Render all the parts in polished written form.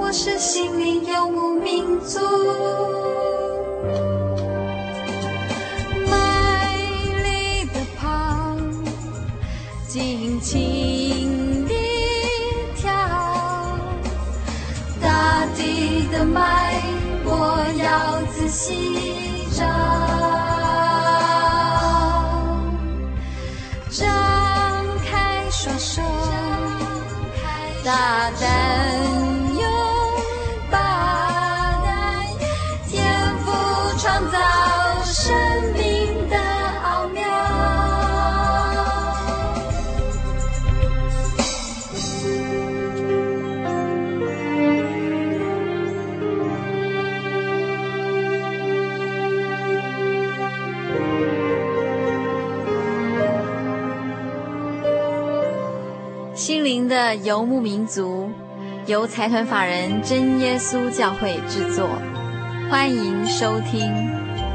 我是心灵游牧民族。美丽的跑，尽情地跳，大地的脉我要仔细找，张开双手，大胆拥抱，天赋创造生命的奥妙。心灵的游牧民族，由财团法人真耶稣教会制作，欢迎收听。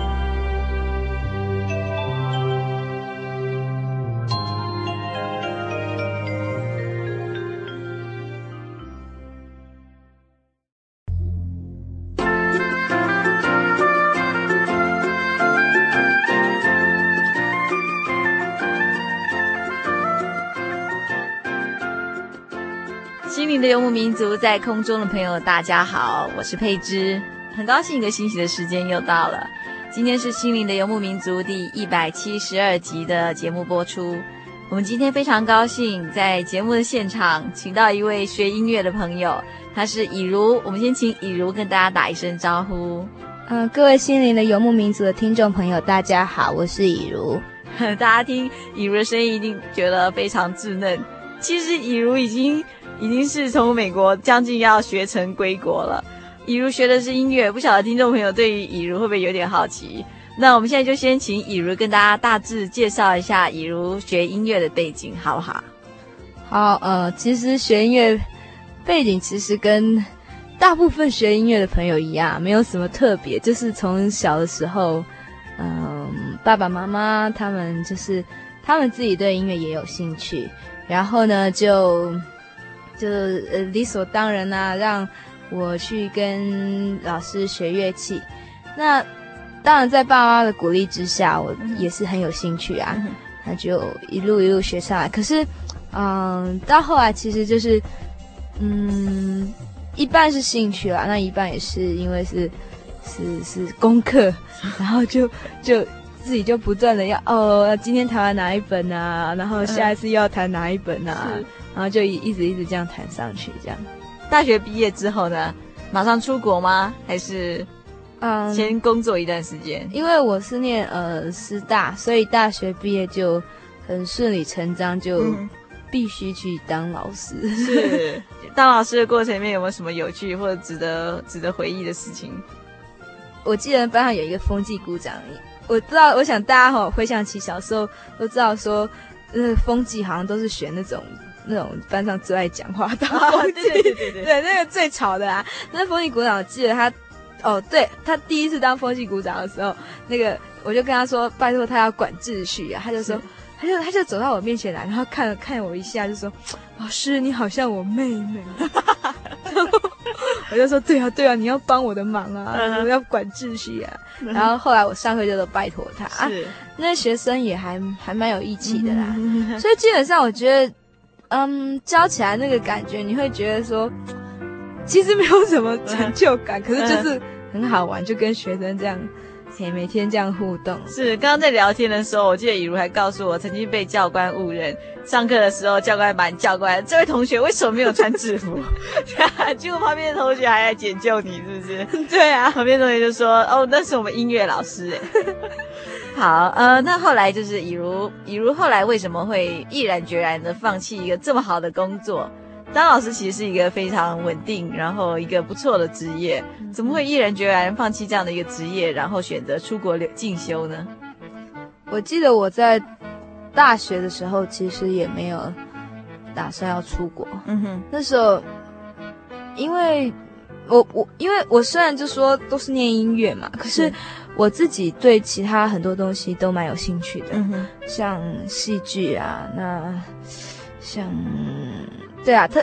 心灵的游牧民族，在空中的朋友大家好，我是佩芝，很高兴一个星期的时间又到了。今天是心灵的游牧民族第172集的节目播出。我们今天非常高兴在节目的现场请到一位学音乐的朋友，他是以如。我们先请以如跟大家打一声招呼。 各位心灵的游牧民族的听众朋友大家好，我是以如。 大家听以如的声音一定觉得非常稚嫩，其实以如已经是从美国将近要学成归国了。以如学的是音乐，不晓得听众朋友对于以如会不会有点好奇？那我们现在就先请以如跟大家大致介绍一下以如学音乐的背景，好不好？ 好，其实学音乐背景其实跟大部分学音乐的朋友一样，没有什么特别，就是从小的时候，爸爸妈妈他们自己对音乐也有兴趣，然后呢就理所当然啊，让我去跟老师学乐器。那当然在爸妈的鼓励之下，我也是很有兴趣啊，那就一路学上来。可是到后来其实就是一半是兴趣啦，那一半也是因为是功课，然后就自己就不断的要今天弹完哪一本啊，然后下一次又要弹哪一本啊，然后就一直这样弹上去。这样大学毕业之后呢，马上出国吗？还是先工作一段时间？ 因为我是念师大，所以大学毕业就很顺理成章，就必须去当老师。 是当老师的过程里面有没有什么有趣或者值得回忆的事情？ 我记得班上有一个风纪股长，我想大家回想起小时候都知道说，风纪好像都是选那种班上最爱讲话当风纪，对，那个最吵的啊。那风纪股长，我记得他第一次当风纪股长的时候，那个我就跟他说，拜托他要管秩序啊，他就说。他就走到我面前来，然后看了看我一下，就说：“老师，你好像我妹妹。”我就说：“对啊，你要帮我的忙啊，我要管秩序啊。”然后后来我上课就都拜托他，那学生也还蛮有义气的啦。所以基本上我觉得，教起来那个感觉，你会觉得说，其实没有什么成就感，可是就是很好玩，就跟学生这样。每天这样互动。是刚刚在聊天的时候，我记得以如还告诉我，曾经被教官误认，上课的时候教官把你叫过来，这位同学为什么没有穿制服？结果旁边的同学还来解救你，是不是？对啊，旁边同学就说：“哦，那是我们音乐老师。”好，那后来就是以如后来为什么会毅然决然的放弃一个这么好的工作？当老师其实是一个非常稳定，然后一个不错的职业，怎么会毅然决然放弃这样的一个职业，然后选择出国进修呢？ 我记得我在大学的时候，其实也没有打算要出国。那时候，因为我虽然就说都是念音乐嘛，可是我自己对其他很多东西都蛮有兴趣的，像戏剧啊，那像。对啊，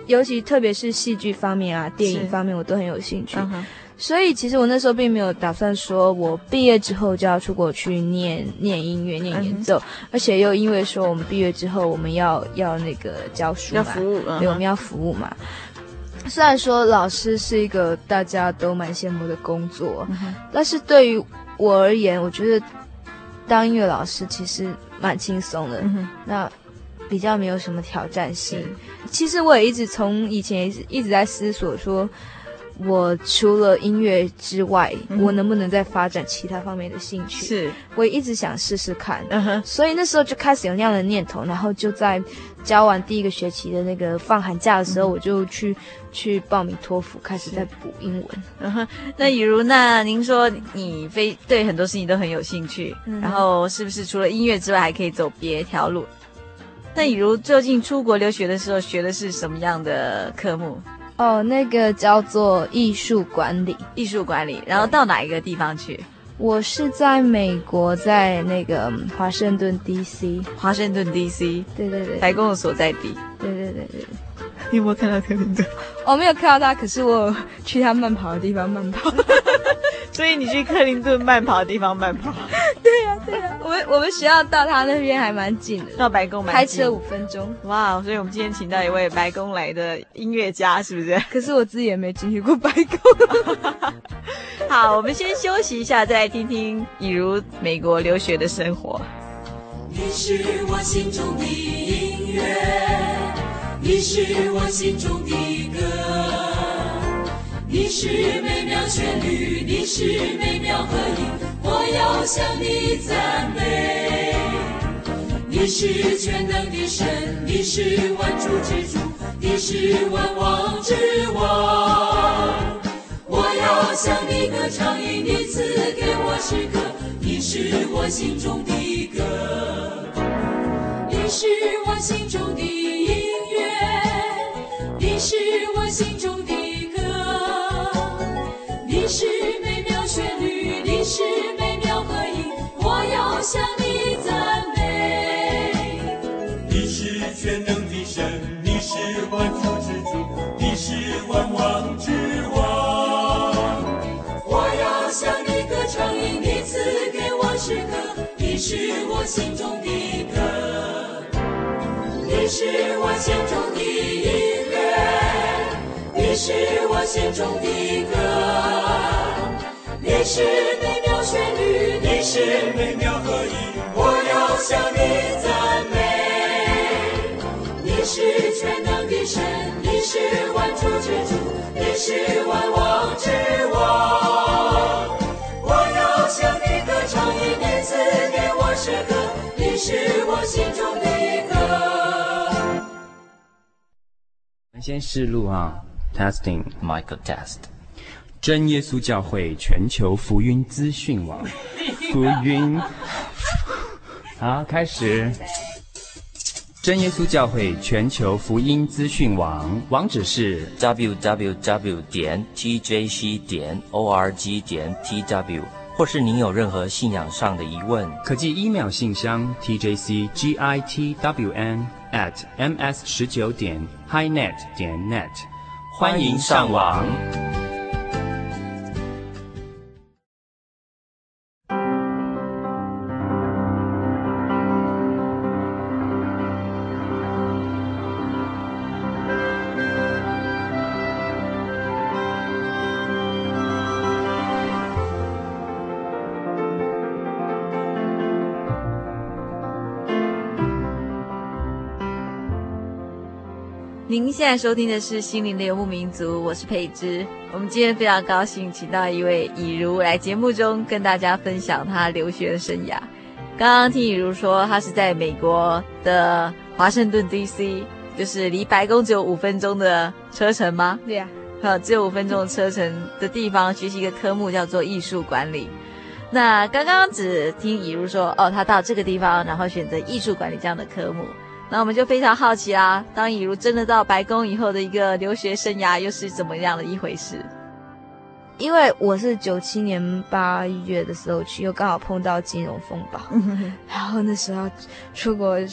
尤其特别是戏剧方面啊、电影方面，我都很有兴趣。所以其实我那时候并没有打算说我毕业之后就要出国去念音乐、念演奏，而且又因为说我们毕业之后我们要那个教书嘛， 要服务， 对，我们要服务嘛。虽然说老师是一个大家都蛮羡慕的工作，但是对于我而言，我觉得当音乐老师其实蛮轻松的，那比较没有什么挑战性。其实我也一直从以前一直在思索说，我除了音乐之外，我能不能再发展其他方面的兴趣？是，我也一直想试试看。所以那时候就开始有那样的念头，然后就在教完第一个学期的那个放寒假的时候，我就去报名托福，开始在补英文。 那以如，那您说你对很多事情都很有兴趣，然后是不是除了音乐之外，还可以走别条路？那以如究竟出国留学的时候学的是什么样的科目？ 那个叫做艺术管理。艺术管理，然后到哪一个地方去？ 我是在美国，在那个华盛顿 DC。 华盛顿 DC， 对对对， 白宫的所在地。 对对对对。 你有没有看到克林顿？ 我没有看到他，可是我有去他慢跑的地方慢跑。 所以你去克林顿慢跑的地方慢跑？ 对呀对呀，我们学校到他那边还蛮近的， 到白宫开车5分钟。 哇，所以我们今天请到一位白宫来的音乐家，是不是？ 可是我自己也没进去过白宫。 好，我们先休息一下，再来听听以如美国留学的生活。 你是我心中的音乐，你是我心中的歌，你是美妙旋律，你是美妙合音，我要向你赞美。你是全能的神，你是万主之主，你是万王之王，我要向你歌唱，因你赐给我诗歌，你是我心中的歌，你是我心中的音乐，你是我心中的歌，你是美妙旋律，你是美妙合音，我要向你赞美。 你是全能的神，你是万主之主，你是万王之王， 我要向你歌唱，因你赐给我诗歌，你是我心中的歌，你是我心中的音乐，你是我心中的歌，你是美妙旋律，你是美妙合音，我要向你赞美。你是全能的神，你是万主之主，你是万王之王，我要向你歌唱，因你赐给我诗歌，你是我心中的歌。 先试录啊 ，testing Michael test。 真耶稣教会全球福音资讯网，福音，好，开始。真耶稣教会全球福音资讯网，网址是 www.tjc.org.tw， 或是您有任何信仰上的疑问， 可寄 email 信箱 tjcgitwn@ms19.highnet.net， 欢迎上网。 您现在收听的是心灵的游牧民族，我是佩芝。我们今天非常高兴请到一位以如来节目中跟大家分享他留学的生涯。刚刚听以如说他是在美国的华盛顿 DC， 就是离白宫只有5分钟的车程吗？ 对呀， 只有5分钟的车程的地方学习一个科目叫做艺术管理。那刚刚只听以如说他到这个地方然后选择艺术管理这样的科目，那我们就非常好奇啦，当以如真的到白宫以后的一个留学生涯又是怎么样的一回事？ 因为我是97年8月的时候去，又刚好碰到金融风暴，然后那时候出国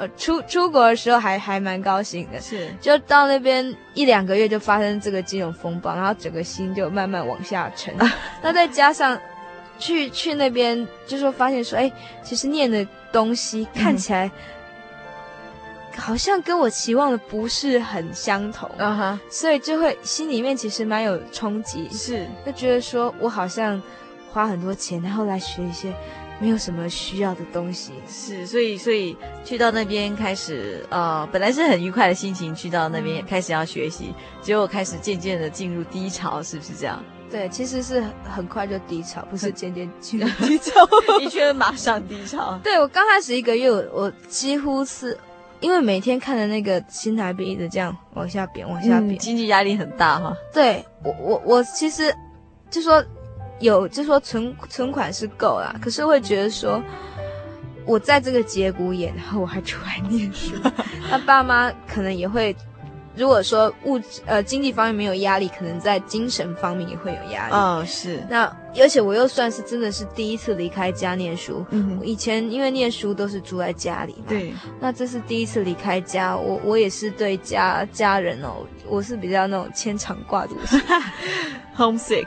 出国的时候还蛮高兴的， 是， 就到那边1-2个月就发生这个金融风暴，然后整个心就慢慢往下沉。那再加上去那边，就说发现说，其实念的东西看起来好像跟我期望的不是很相同，所以就会心里面其实蛮有冲击， 是， 就觉得说我好像花很多钱，然后来学一些没有什么需要的东西， 是，所以去到那边开始，本来是很愉快的心情，去到那边开始要学习，结果开始渐渐的进入低潮，是不是这样？ 对，其实是很快就低潮，不是渐渐进入低潮， 的确马上低潮。 对，我刚开始1个月，我几乎是因为每天看着那个新台币一直这样往下贬， 经济压力很大哈。 对，我其实就说存款是够啦，可是会觉得说，我在这个节骨眼，然后我还出来念书，那爸妈可能也会。如果说经济方面没有压力，可能在精神方面也会有压力。 是。 那而且我又算是真的是第一次离开家念书。以前因为念书都是住在家里嘛。 对。那这是第一次离开家，我也是对家人我是比较那种牵肠挂肚型。 homesick。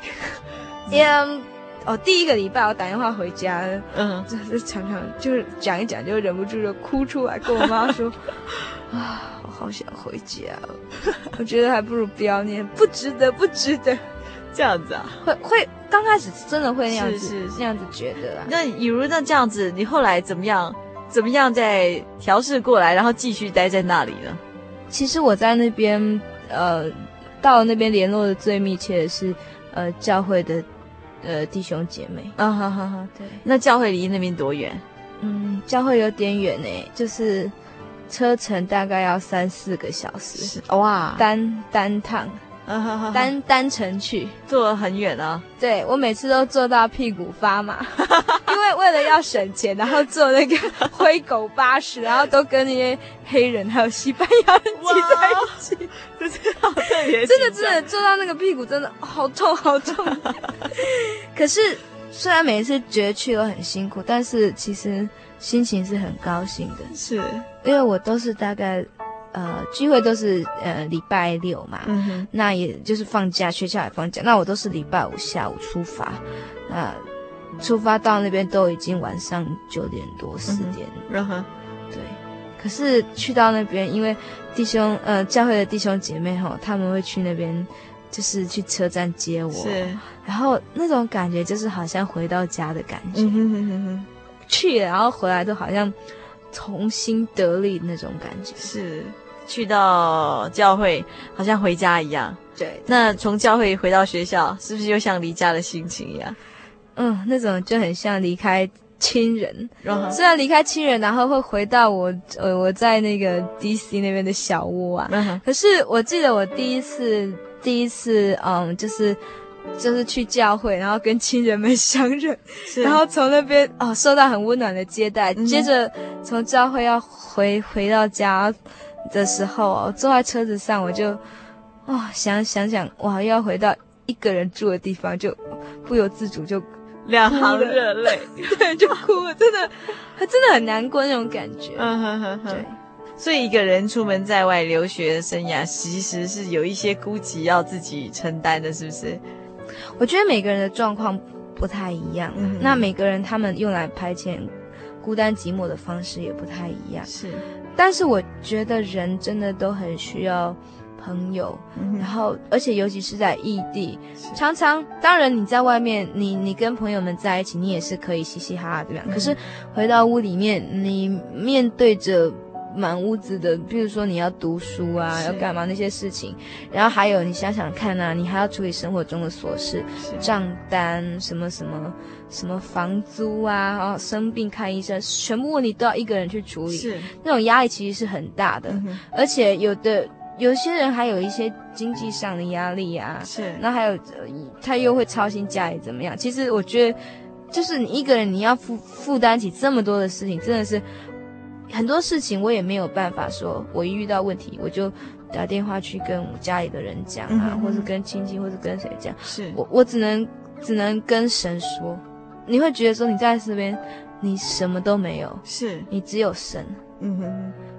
第1个礼拜我打电话回家，就是常常就是讲一讲就忍不住就哭出来，跟我妈说我好想回家我觉得还不如不要念，不值得， 这样子啊？ 会刚开始真的会那样子，那样子觉得啊。 那比如那这样子，你后来怎么样再调试过来，然后继续待在那里呢？ 其实我在那边到那边联络的最密切的是教会的弟兄姐妹。对。 那教会离那边多远？ 教会有点远就是车程大概要3-4个小时。 哇， 单趟，单程去， 坐得很远啊。 对，我每次都坐到屁股发麻，因为为了要省钱，然后坐那个灰狗巴士，然后都跟那些黑人还有西班牙人挤在一起， 这是好特别。 真的坐到那个屁股真的好痛。可是虽然每一次觉得去都很辛苦，但是其实心情是很高兴的。 是， 因为我都是大概聚会都是礼拜6嘛，那也就是放假，学校也放假，那我都是礼拜5下午出发，那出发到那边都已经晚上9点多10点，对。可是去到那边，因为教会的弟兄姐妹他们会去那边，就是去车站接我， 是， 然后那种感觉就是好像回到家的感觉，去了然后回来都好像重新得力那种感觉， 是。去到教会好像回家一样。 对。 那从教会回到学校，是不是又像离家的心情一样？ 那种就很像离开亲人。虽然离开亲人，然后会回到我在那个 DC 那边的小窝啊。可是我记得我第一次就是去教会，然后跟亲人们相认，然后从那边受到很温暖的接待，接着从教会要回到家的时候坐在车子上，我就想哇，又要回到一个人住的地方，就不由自主就 2行热泪， 对，就哭了，真的很难过那种感觉。对。 所以一个人出门在外留学生涯，其实是有一些孤寂要自己承担的，是不是？ 我觉得每个人的状况不太一样，那每个人他们用来排遣孤单寂寞的方式也不太一样。 是。 但是我觉得人真的都很需要朋友，然后而且尤其是在异地，常常当然你在外面你跟朋友们在一起，你也是可以嘻嘻哈哈这样，可是回到屋里面，你面对着满屋子的，比如说你要读书啊，要干嘛那些事情，然后还有你想想看啊，你还要处理生活中的琐事，账单什么房租啊，生病看医生，全部问题都要一个人去处理，是那种压力其实是很大的，而且有些人还有一些经济上的压力啊，是，那还有他又会操心家里怎么样。其实我觉得，就是你一个人你要负担起这么多的事情，真的是很多事情我也没有办法说，我一遇到问题我就打电话去跟我家里的人讲啊，或是跟亲戚，或是跟谁讲，是我只能跟神说。你会觉得说你在这边你什么都没有，是你只有神。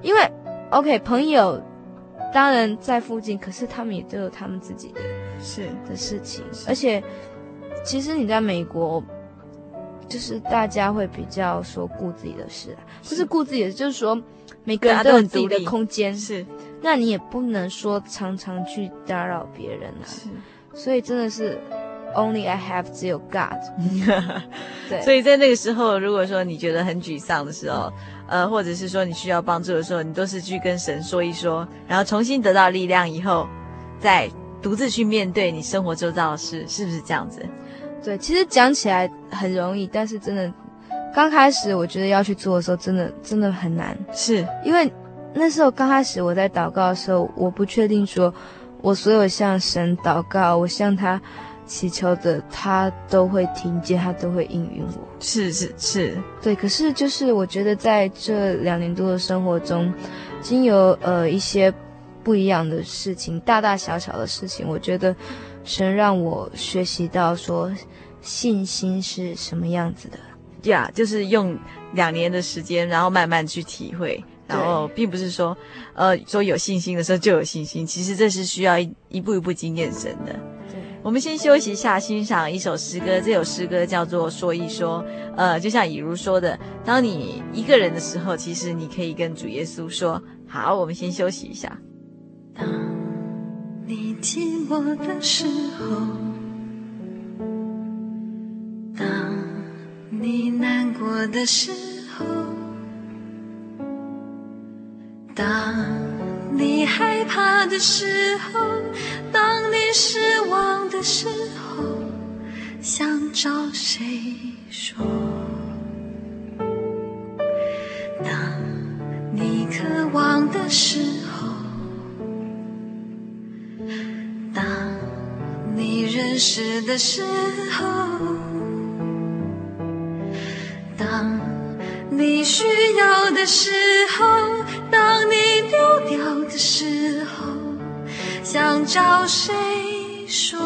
因为 OK 朋友当然在附近，可是他们也都有他们自己的事情，而且其实你在美国，就是大家会比较说顾自己的事啊，不是顾自己的，就是说每个人都有自己的空间，是，那你也不能说常常去打扰别人啊，是，所以真的是 only I have 只有 God 对， 所以在那个时候，如果说你觉得很沮丧的时候，或者是说你需要帮助的时候，你都是去跟神说一说，然后重新得到力量以后，再独自去面对你生活周遭的事，是不是这样子？ 对，其实讲起来很容易，但是真的刚开始我觉得要去做的时候，真的很难， 是因为那时候刚开始我在祷告的时候，我不确定说我所有向神祷告，我向他祈求的，他都会听见，他都会应允我。 是， 对。可是就是我觉得在这2年多的生活中，经由一些不一样的事情，大大小小的事情，我觉得神让我学习到说信心是什么样子的。 呀，就是用2年的时间，然后慢慢去体会。然后并不是说说有信心的时候就有信心，其实这是需要一步一步经验神的。 对， 我们先休息一下，欣赏一首诗歌，这首诗歌叫做说一说。就像以如说的，当你一个人的时候，其实你可以跟主耶稣说。好，我们先休息一下。 当你寂寞的时候，当你难过的时候，当你害怕的时候，当你失望的时候，想找谁说？当你渴望的时候，当你认识的时候，当你需要的时候，当你丢掉的时候，想找谁说？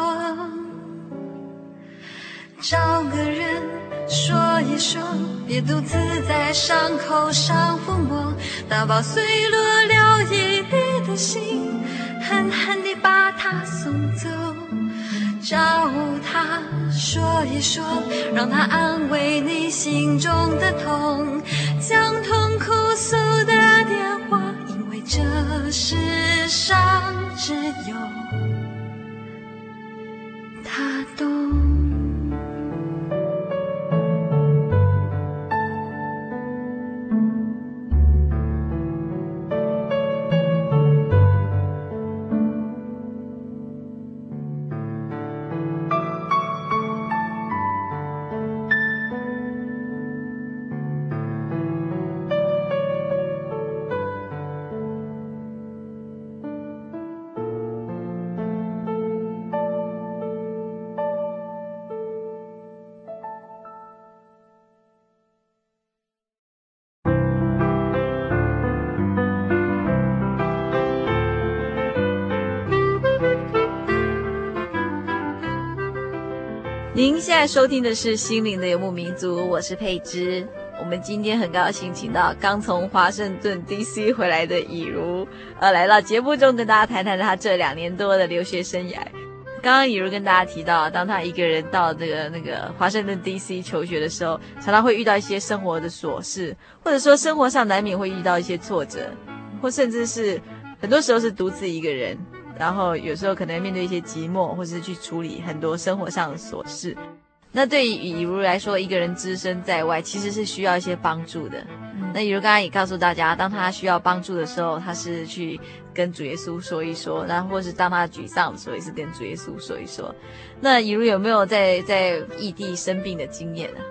找个人说一说，别独自在伤口上抚摸，打包碎落了一地的心，狠狠地把它送走。找他说一说，让他安慰你心中的痛，将痛哭诉的电话，因为这世上只有他懂。 您现在收听的是心灵的游牧民族，我是佩芝。我们今天很高兴请到刚从华盛顿 DC 回来的以如，来到节目中跟大家谈谈他这2年多的留学生涯。刚刚以如跟大家提到，当他一个人到那个华盛顿 DC 求学的时候，常常会遇到一些生活的琐事，或者说生活上难免会遇到一些挫折，或甚至是很多时候是独自一个人，然后有时候可能面对一些寂寞，或是去处理很多生活上的琐事。那对于以如来说，一个人只身在外其实是需要一些帮助的。那以如刚才也告诉大家，当他需要帮助的时候，他是去跟主耶稣说一说，然后或是当他沮丧的时候，也是跟主耶稣说一说。那以如有没有在异地生病的经验呢？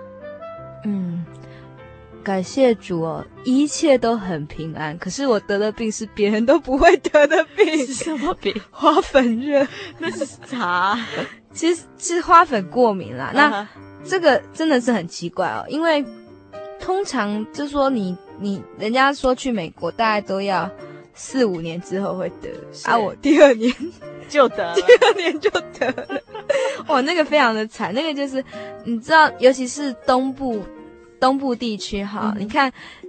感谢主哦，一切都很平安。可是我得的病是别人都不会得的病。 是什么病？ 花粉热。 那是啥？ 其实是花粉过敏啦。那这个真的是很奇怪哦，因为通常就说你人家说去美国大概都要4-5年之后会得，我第2年就得了， 第2年就得了。哇，那个非常的惨，那个就是你知道，尤其是东部地区哈，你看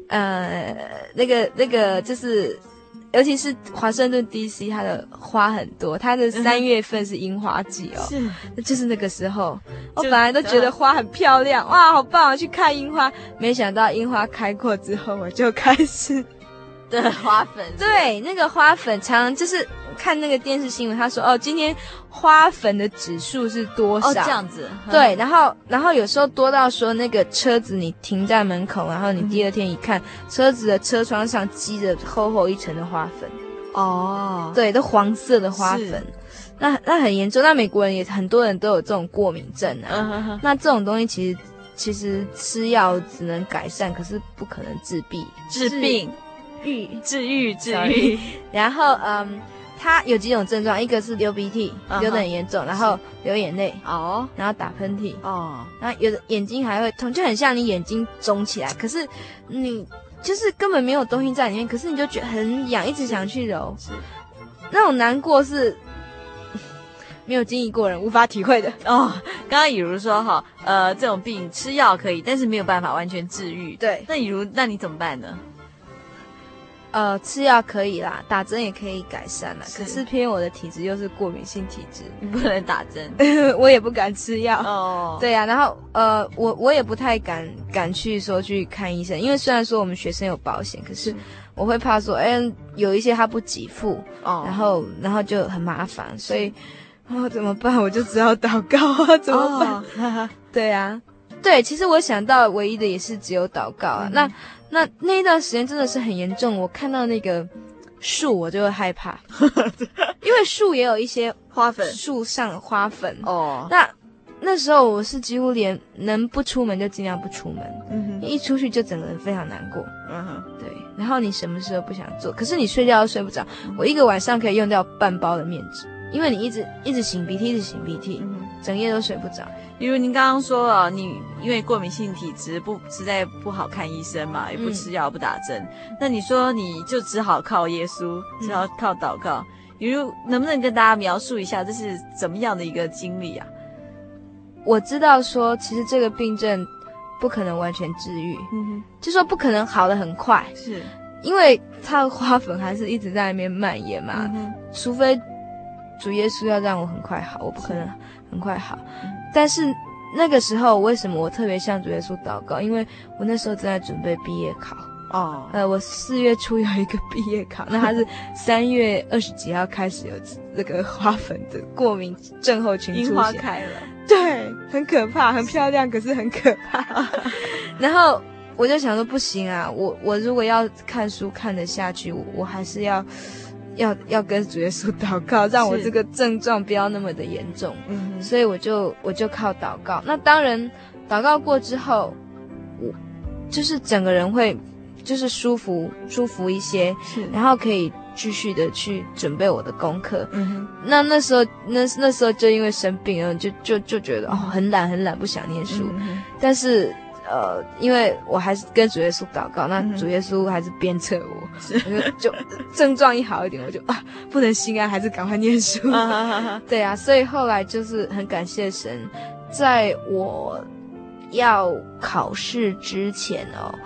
那个就是。尤其是华盛顿 DC， 它的花很多，它的3月份是樱花季哦，是，就是那个时候，我本来都觉得花很漂亮，哇，好棒，我去看樱花，没想到樱花开过之后，我就开始的花粉， 对，那个花粉常常就是看那个电视新闻，他说哦，今天花粉的指数是多少？ 哦，这样子， 对，然后有时候多到说那个车子你停在门口，然后你第二天一看，车子的车窗上积着厚厚一层的花粉。 哦， 对，都黄色的花粉，那很严重。那美国人也很多人都有这种过敏症啊。那这种东西其实吃药只能改善，可是不可能治病。治愈。然后它有几种症状，一个是流鼻涕，流得很严重，然后流眼泪，然后打喷嚏，然后有的眼睛还会痛，就很像你眼睛肿起来，可是你就是根本没有东西在里面，可是你就觉得很痒，一直想去揉，那种难过是没有经历过人无法体会的哦。刚刚以如说哈，这种病吃药可以，但是没有办法完全治愈。 对， 那你怎么办呢？ 吃药可以啦，打针也可以改善啦。可是偏我的体质又是过敏性体质， 你不能打针， 我也不敢吃药。 哦， 对呀，然后我也不太敢去说去看医生，因为虽然说我们学生有保险，可是我会怕说，有一些他不给付，然后就很麻烦，所以怎么办？我就只好祷告啊，怎么办？对啊，对，其实我想到唯一的也是只有祷告啊。那一段时间真的是很严重，我看到那个树我就会害怕，因为树也有一些花粉， 树上花粉哦。 那时候我是几乎连能不出门就尽量不出门，一出去就整个人非常难过。对，然后你什么事都不想做，可是你睡觉都睡不着。我一个晚上可以用掉半包的面纸，因为你一直擤鼻涕，整夜都睡不着。 比如您刚刚说了，你因为过敏性体质实在不好看医生嘛，也不吃药不打针，那你说你就只好靠耶稣，只好靠祷告。比如能不能跟大家描述一下这是怎么样的一个经历啊？ 我知道说其实这个病症不可能完全治愈，就说不可能好得很快， 是因为它的花粉还是一直在那边蔓延嘛，除非主耶稣要让我很快好，我不可能很快好。但是那个时候为什么我特别向主耶稣祷告？因为我那时候正在准备毕业考。我4月初有一个毕业考，那它是3月20几号开始有这个花粉的过敏症候群出现， 樱花开了， 对，很可怕，很漂亮，可是很可怕。然后我就想说不行啊，我如果要看书看得下去，我还是要跟主耶稣祷告，让我这个症状不要那么的严重。所以我就靠祷告。那当然，祷告过之后，我就是整个人会就是舒服一些，然后可以继续的去准备我的功课。那时候就因为生病了，就觉得很懒，不想念书。但是因为我还是跟主耶稣祷告，那主耶稣还是鞭策我，就症状一好一点，我就不能心安，还是赶快念书。对啊，所以后来就是很感谢神，在我要考试之前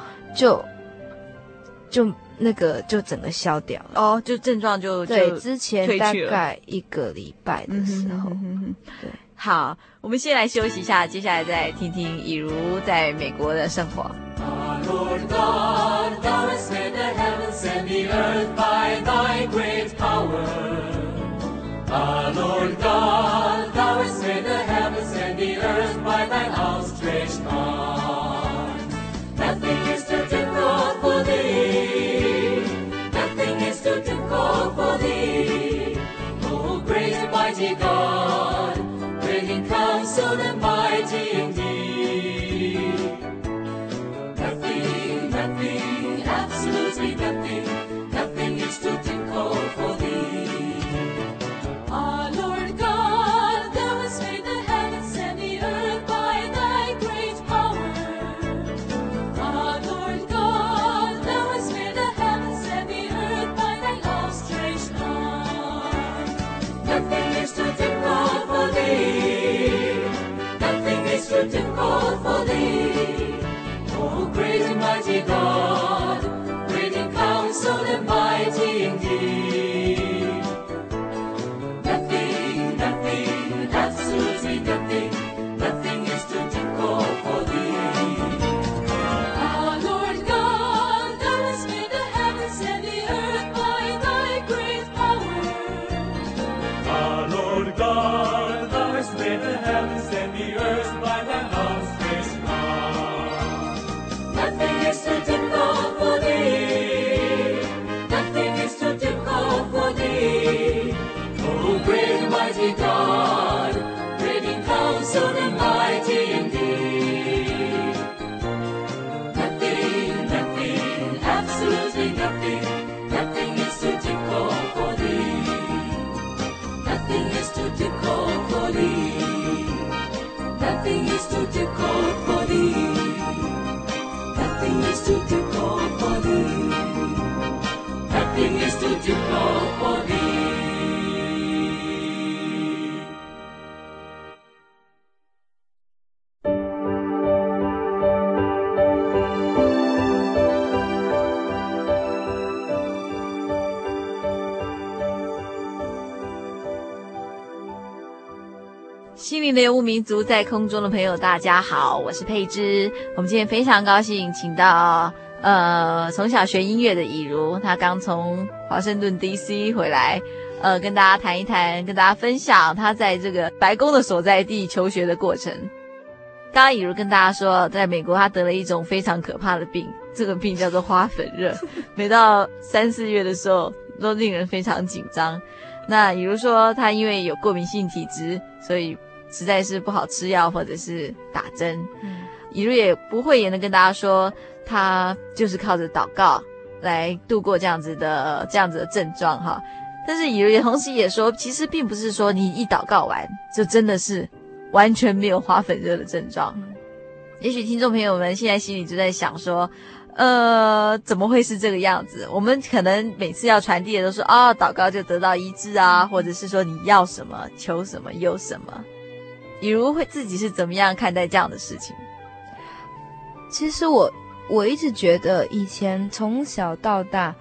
就那个就整个消掉了就症状就对，之前大概1个礼拜的时候，对。 好，我们先来休息一下，接下来再听听以如在美国的生活。 Lord God, thou hast made the heavens and the earth by thy great power. Lord God, thou hast made the heavens and the earth by thine outstretched arm. Nothing is too difficult for thee. Nothing is too difficult for thee. Oh, great and mighty God.Great in counsel and mighty indeed. Nothing, absolutely nothing is too difficult for thee. Lord God, created the heavens and the earth by thy outstretched arm. Nothing is too difficult for thee. Nothing is too difficult for thee. Oh, great and mighty God, great in counsel and mighty indeed. Nothing, nothing, absolutely nothing, nothing is too difficult for thee. Nothing is too difficult for thee. Nothing is too difficult for thee. Nothing is too difficult for thee. Nothing is too difficult for thee. 心灵的游牧民族，在空中的朋友大家好，我是佩芝。我们今天非常高兴请到从小学音乐的以如，他刚从华盛顿 DC 回来，跟大家谈一谈，跟大家分享他在这个白宫的所在地求学的过程。刚刚以如跟大家说，在美国他得了一种非常可怕的病，这个病叫做花粉热，每到3、4月的时候都令人非常紧张。那以如说他因为有过敏性体质，所以实在是不好吃药或者是打针。以如也不讳言的跟大家说，他就是靠着祷告来度过这样子的症状哈。但是以如也同时也说，其实并不是说你一祷告完就真的是完全没有花粉热的症状。也许听众朋友们现在心里就在想说，怎么会是这个样子？我们可能每次要传递的都是祷告就得到医治啊，或者是说你要什么求什么有什么。以如会自己是怎么样看待这样的事情？ 其实我一直觉得以前从小到大，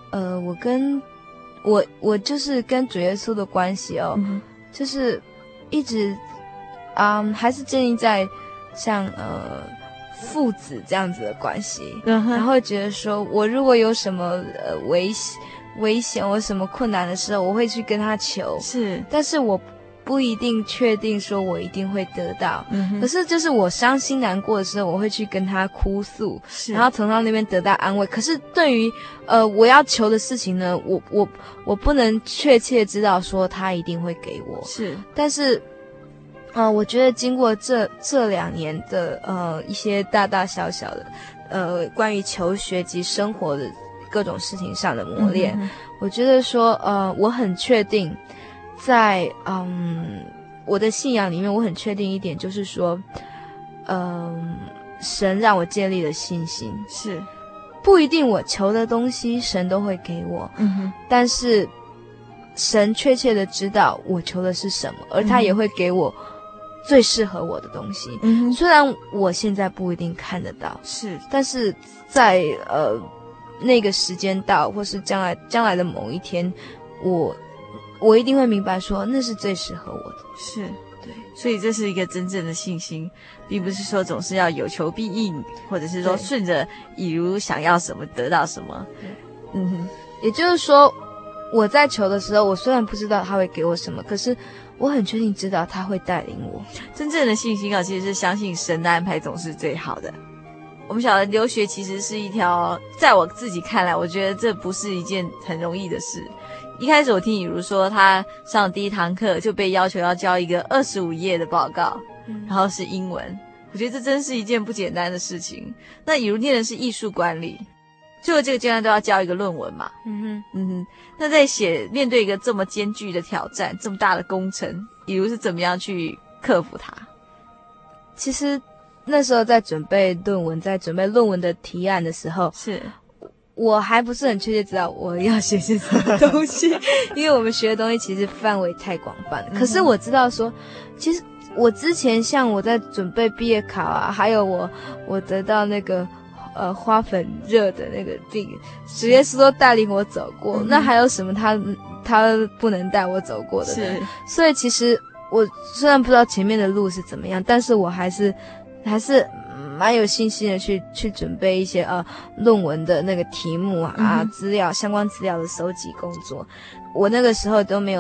我就是跟主耶稣的关系就是一直还是建立在像父子这样子的关系，然后觉得说我如果有什么危险或什么困难的时候，我会去跟他求，是，但是我不一定确定说我一定会得到，可是就是我伤心难过的时候，我会去跟他哭诉，然后从他那边得到安慰。可是对于我要求的事情呢，我不能确切知道说他一定会给我，是，但是我觉得经过这2年的一些大大小小的关于求学及生活的各种事情上的磨练，我觉得说我很确定在我的信仰里面，我很确定一点，就是说神让我建立了信心，是不一定我求的东西神都会给我，但是神确切的知道我求的是什么，而他也会给我最适合我的东西。虽然我现在不一定看得到，是，但是在那个时间到，或是将来的某一天，我一定会明白说那是最适合我的。是，对，所以这是一个真正的信心，并不是说总是要有求必应，或者是说顺着以如想要什么得到什么。也就是说我在求的时候，我虽然不知道他会给我什么，可是我很确定知道他会带领我。真正的信心其实是相信神的安排总是最好的。我们晓得留学其实是一条，在我自己看来，我觉得这不是一件很容易的事。一开始我听以如说，他上第一堂课就被要求要交一个25页的报告，然后是英文。我觉得这真是一件不简单的事情。那以如念的是艺术管理，最后这个阶段都要交一个论文嘛。那在面对一个这么艰巨的挑战，这么大的工程，以如是怎么样去克服它？其实那时候在准备论文的提案的时候，是我还不是很确切知道我要写些什么东西，因为我们学的东西其实范围太广泛了。可是我知道说，其实我之前像我在准备毕业考啊，还有我得到那个花粉热的那个病，主耶稣都带领我走过，那还有什么他不能带我走过的呢？是，所以其实我虽然不知道前面的路是怎么样，但是我还是蛮有信心的去准备一些论文的那个题目啊，相关资料的收集工作。我那个时候都没有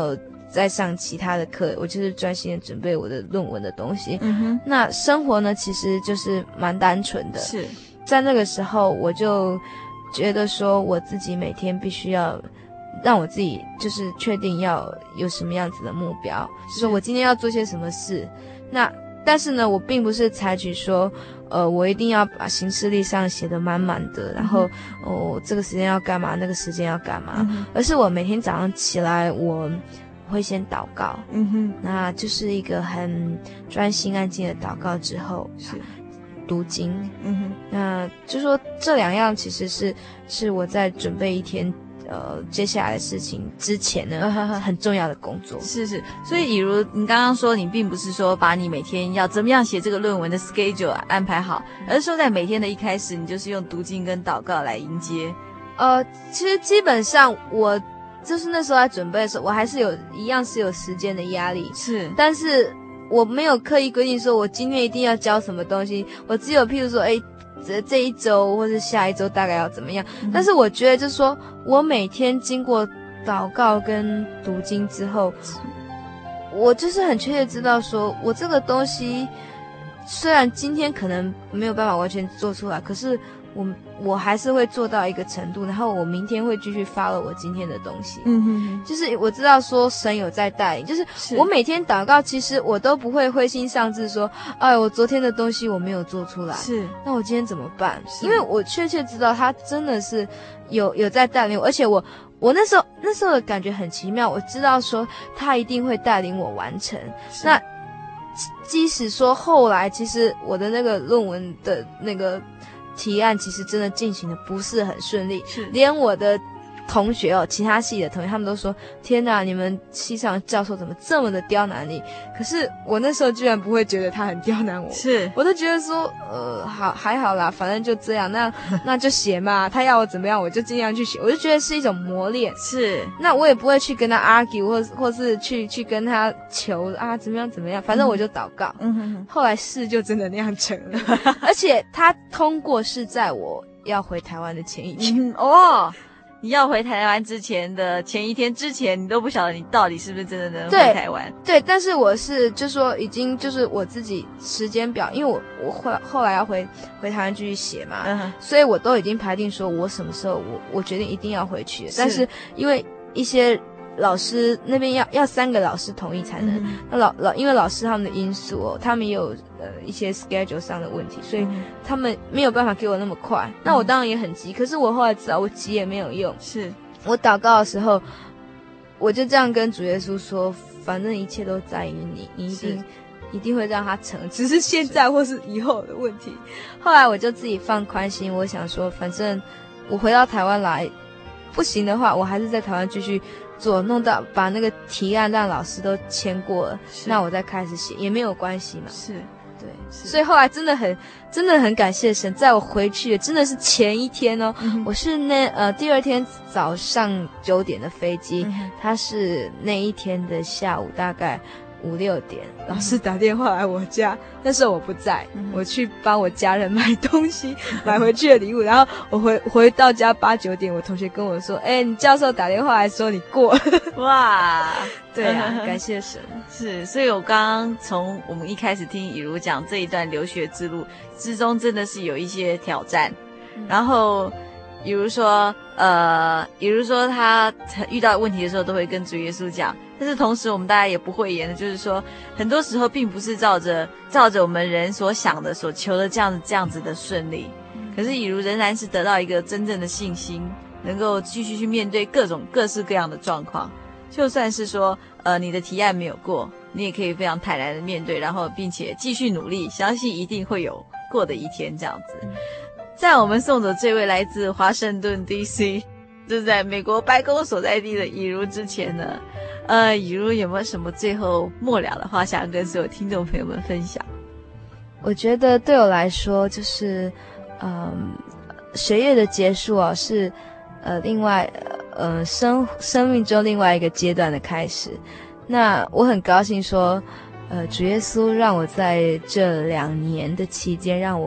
在上其他的课，我就是专心的准备我的论文的东西。那生活呢，其实就是蛮单纯的。 是在那个时候，我就觉得说，我自己每天必须要让我自己就是确定要有什么样子的目标，就是我今天要做些什么事。那但是呢，我并不是采取说，我一定要把行事历上写得满满的，然后这个时间要干嘛，那个时间要干嘛，而是我每天早上起来，我会先祷告，那就是一个很专心安静的祷告之后，是读经，那就说这两样其实是我在准备一天接下来的事情之前呢，很重要的工作。 是，所以以如你刚刚说，你并不是说把你每天要怎么样写这个论文的 schedule 安排好，而是说在每天的一开始，你就是用读经跟祷告来迎接。 其实基本上我就是那时候在准备的时候，我还是一样是有时间的压力， 是， 但是我没有刻意规定说我今天一定要教什么东西，我只有譬如说，这一周或是下一周大概要怎么样。但是我觉得就是说我每天经过祷告跟读经之后，我就是很确切知道说我这个东西虽然今天可能没有办法完全做出来，可是我还是会做到一个程度，然后我明天会继续follow我今天的东西。就是我知道说神有在带领，就是我每天祷告，其实我都不会灰心丧志说，我昨天的东西我没有做出来，是，那我今天怎么办？因为我确切知道他真的是有在带领我，而且我那时候的感觉很奇妙，我知道说他一定会带领我完成。那即使说后来其实我的那个论文的那个提案其实真的进行的不是很顺利，连我的同学其他系的同学他们都说，天哪，你们系上的教授怎么这么的刁难你？可是我那时候居然不会觉得他很刁难我，我都觉得说还好啦，反正就这样，那就写嘛，他要我怎么样我就尽量去写，我就觉得是一种磨练。是，那我也不会去跟他 argue 或是去跟他求怎么样，反正我就祷告。后来事就真的那样成了，而且他通过是在我要回台湾的前一天。 你要回台湾之前的前一天之前，你都不晓得你到底是不是真的能回台湾。 对，但是我是就说已经就是我自己时间表，因为我后来要回台湾继续写嘛，所以我都已经排定说我什么时候我决定一定要回去。但是因为一些老师那边要3个老师同意才能，那因为老师他们的因素他们也有一些 schedule 上的问题，所以他们没有办法给我那么快。那我当然也很急，可是我后来知道我急也没有用。是我祷告的时候，我就这样跟主耶稣说，反正一切都在于你，你一定会让它成，只是现在或是以后的问题。后来我就自己放宽心，我想说反正我回到台湾来不行的话，我还是在台湾继续做，弄到把那个提案让老师都签过了，那我再开始写也没有关系嘛。是，对，所以后来真的很感谢神，在我回去的真的是前一天我是第二天早上9点的飞机，他是那一天的下午大概5、6点，老师打电话来我家，那时候我不在，我去帮我家人买东西，买回去的礼物，然后我回到家8、9点，我同学跟我说，你教授打电话来说你过了。哇，对啊，感谢神。 是，所以我刚刚从我们一开始听以如讲这一段留学之路之中，真的是有一些挑战，然后比如说他遇到问题的时候都会跟主耶稣讲，但是同时我们大家也不讳言的，就是说很多时候并不是照着我们人所想的所求的这样子的顺利，可是以如仍然是得到一个真正的信心，能够继续去面对各式各样的状况，就算是说你的提案没有过，你也可以非常坦然的面对，然后并且继续努力，相信一定会有过的一天这样子。在我们送走这位来自华盛顿 DC 就是在美国白宫所在地的以如之前呢，以如有没有什么最后末了的话想跟所有听众朋友们分享？ 我觉得对我来说就是学业的结束是另外生命中另外一个阶段的开始。那我很高兴说主耶稣让我在这2年的期间让我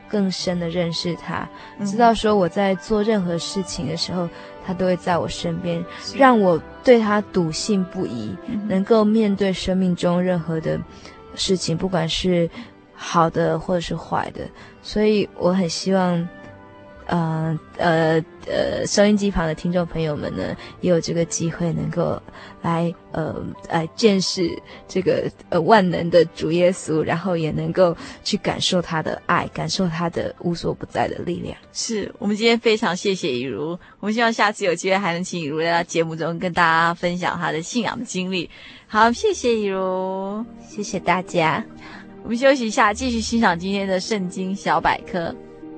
更深的认识他，知道说我在做任何事情的时候，他都会在我身边，让我对他笃信不疑，能够面对生命中任何的事情，不管是好的或者是坏的。所以我很希望收音机旁的听众朋友们呢，也有这个机会能够来见识这个万能的主耶稣，然后也能够去感受他的爱，感受他的无所不在的力量。 是我们今天非常谢谢以如，我们希望下次有机会还能请以如来到节目中跟大家分享他的信仰的经历。好，谢谢以如， 谢谢大家。 我们休息一下，继续欣赏今天的圣经小百科。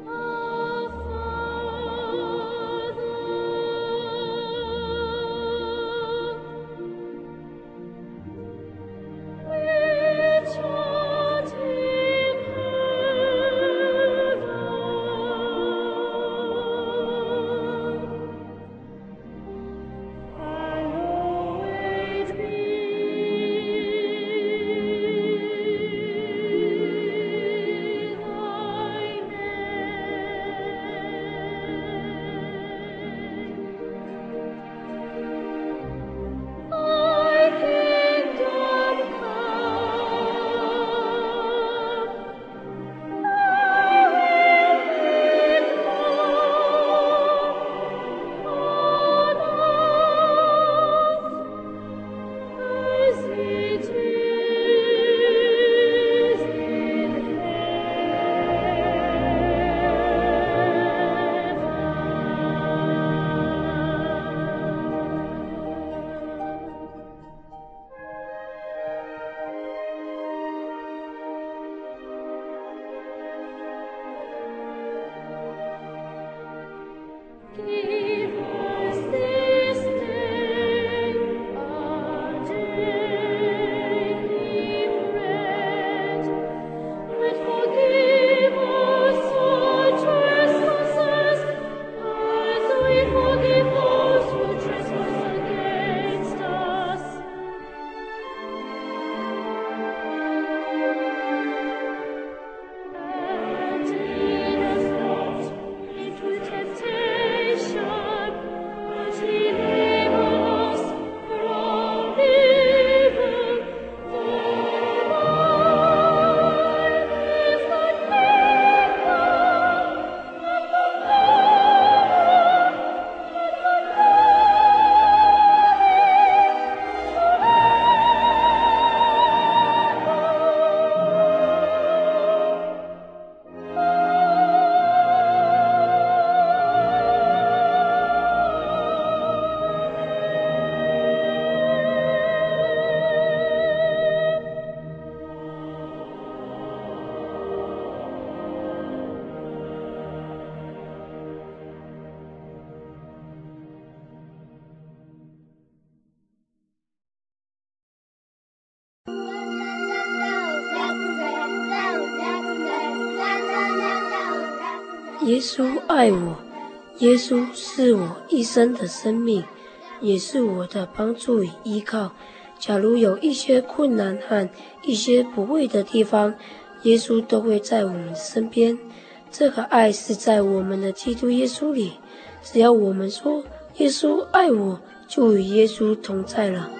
耶稣爱我，耶稣是我一生的生命，也是我的帮助与依靠。假如有一些困难和一些不会的地方，耶稣都会在我们身边。这个爱是在我们的基督耶稣里，只要我们说耶稣爱我，就与耶稣同在了。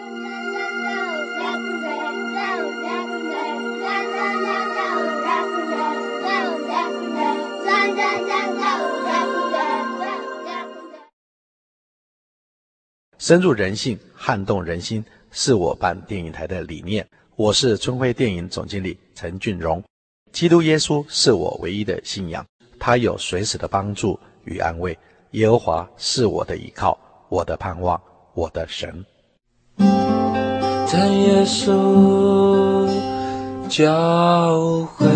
深入人性，撼动人心，是我办电影台的理念。我是春晖电影总经理陈俊荣。基督耶稣是我唯一的信仰，他有随时的帮助与安慰。耶和华是我的依靠，我的盼望，我的神。 在耶稣教会